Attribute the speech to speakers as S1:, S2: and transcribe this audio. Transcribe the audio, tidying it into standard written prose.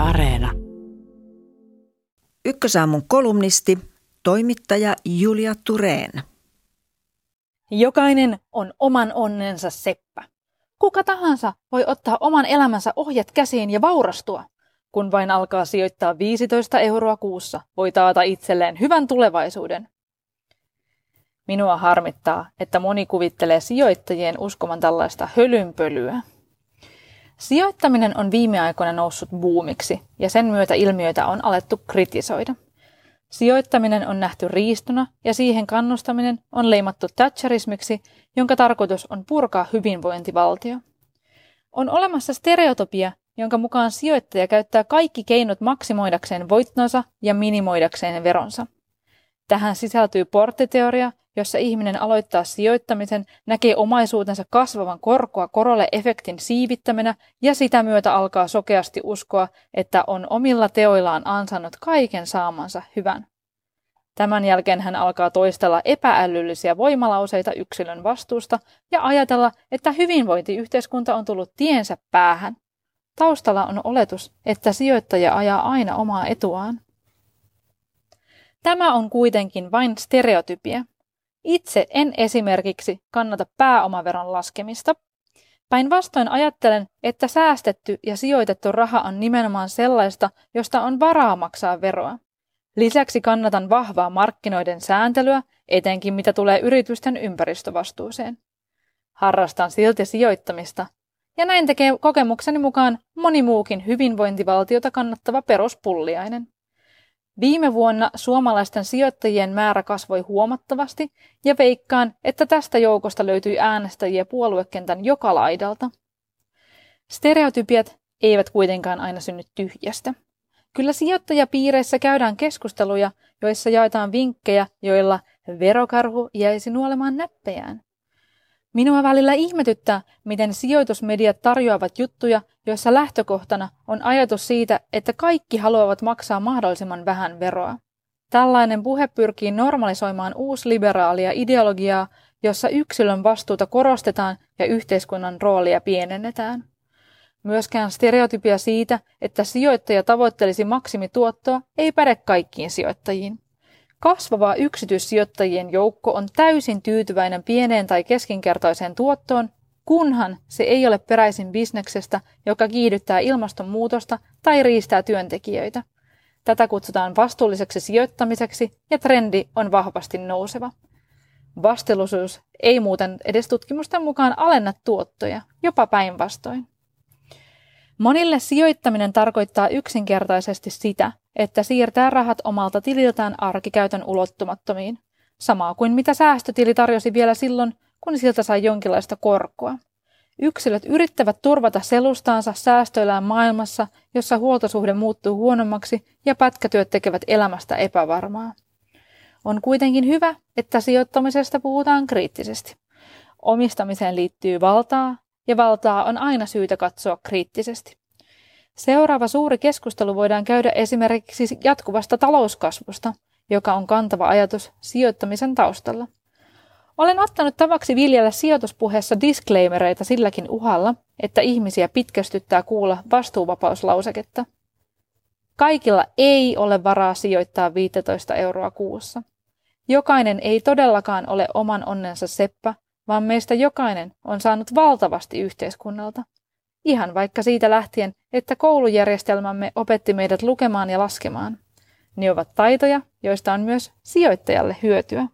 S1: Areena.
S2: Ykkösaamun kolumnisti, toimittaja Julia Thurén.
S3: Jokainen on oman onnensa seppä. Kuka tahansa voi ottaa oman elämänsä ohjat käsiin ja vaurastua. Kun vain alkaa sijoittaa 15 euroa kuussa, voi taata itselleen hyvän tulevaisuuden. Minua harmittaa, että moni kuvittelee sijoittajien uskovan tällaista hölynpölyä. Sijoittaminen on viime aikoina noussut buumiksi ja sen myötä ilmiöitä on alettu kritisoida. Sijoittaminen on nähty riistona ja siihen kannustaminen on leimattu thatcherismiksi, jonka tarkoitus on purkaa hyvinvointivaltio. On olemassa stereotopia, jonka mukaan sijoittaja käyttää kaikki keinot maksimoidakseen voittonsa ja minimoidakseen veronsa. Tähän sisältyy porttiteoria, jossa ihminen aloittaa sijoittamisen, näkee omaisuutensa kasvavan korkoa korolle efektin siivittämänä ja sitä myötä alkaa sokeasti uskoa, että on omilla teoillaan ansainnut kaiken saamansa hyvän. Tämän jälkeen hän alkaa toistella epäälyllisiä voimalauseita yksilön vastuusta ja ajatella, että hyvinvointiyhteiskunta on tullut tiensä päähän. Taustalla on oletus, että sijoittaja ajaa aina omaa etuaan. Tämä on kuitenkin vain stereotypia. Itse en esimerkiksi kannata pääomaveron laskemista. Päinvastoin ajattelen, että säästetty ja sijoitettu raha on nimenomaan sellaista, josta on varaa maksaa veroa. Lisäksi kannatan vahvaa markkinoiden sääntelyä, etenkin mitä tulee yritysten ympäristövastuuseen. Harrastan silti sijoittamista, ja näin tekee kokemukseni mukaan moni muukin hyvinvointivaltiota kannattava peruspulliainen. Viime vuonna suomalaisten sijoittajien määrä kasvoi huomattavasti ja veikkaan, että tästä joukosta löytyi äänestäjiä puoluekentän joka laidalta. Stereotypiat eivät kuitenkaan aina synny tyhjästä. Kyllä sijoittajapiireissä käydään keskusteluja, joissa jaetaan vinkkejä, joilla verokarhu jäisi nuolemaan näppejään. Minua välillä ihmetyttää, miten sijoitusmediat tarjoavat juttuja, joissa lähtökohtana on ajatus siitä, että kaikki haluavat maksaa mahdollisimman vähän veroa. Tällainen puhe pyrkii normalisoimaan uusliberaalia ideologiaa, jossa yksilön vastuuta korostetaan ja yhteiskunnan roolia pienennetään. Myöskään stereotypia siitä, että sijoittaja tavoittelisi maksimituottoa, ei päde kaikkiin sijoittajiin. Kasvava yksityissijoittajien joukko on täysin tyytyväinen pieneen tai keskinkertaiseen tuottoon, kunhan se ei ole peräisin bisneksestä, joka kiihdyttää ilmastonmuutosta tai riistää työntekijöitä. Tätä kutsutaan vastuulliseksi sijoittamiseksi ja trendi on vahvasti nouseva. Vastuullisuus ei muuten edes tutkimusten mukaan alenna tuottoja, jopa päinvastoin. Monille sijoittaminen tarkoittaa yksinkertaisesti sitä, että siirtää rahat omalta tililtään arkikäytön ulottumattomiin, samaa kuin mitä säästötili tarjosi vielä silloin, kun siltä sai jonkinlaista korkoa. Yksilöt yrittävät turvata selustaansa säästöillään maailmassa, jossa huoltosuhde muuttuu huonommaksi ja pätkätyöt tekevät elämästä epävarmaa. On kuitenkin hyvä, että sijoittamisesta puhutaan kriittisesti. Omistamiseen liittyy valtaa, ja valtaa on aina syytä katsoa kriittisesti. Seuraava suuri keskustelu voidaan käydä esimerkiksi jatkuvasta talouskasvusta, joka on kantava ajatus sijoittamisen taustalla. Olen ottanut tavaksi viljellä sijoituspuheessa disclaimereita silläkin uhalla, että ihmisiä pitkästyttää kuulla vastuuvapauslauseketta. Kaikilla ei ole varaa sijoittaa 15 euroa kuussa. Jokainen ei todellakaan ole oman onnensa seppä, vaan meistä jokainen on saanut valtavasti yhteiskunnalta. Ihan vaikka siitä lähtien, että koulujärjestelmämme opetti meidät lukemaan ja laskemaan. Ne ovat taitoja, joista on myös sijoittajalle hyötyä.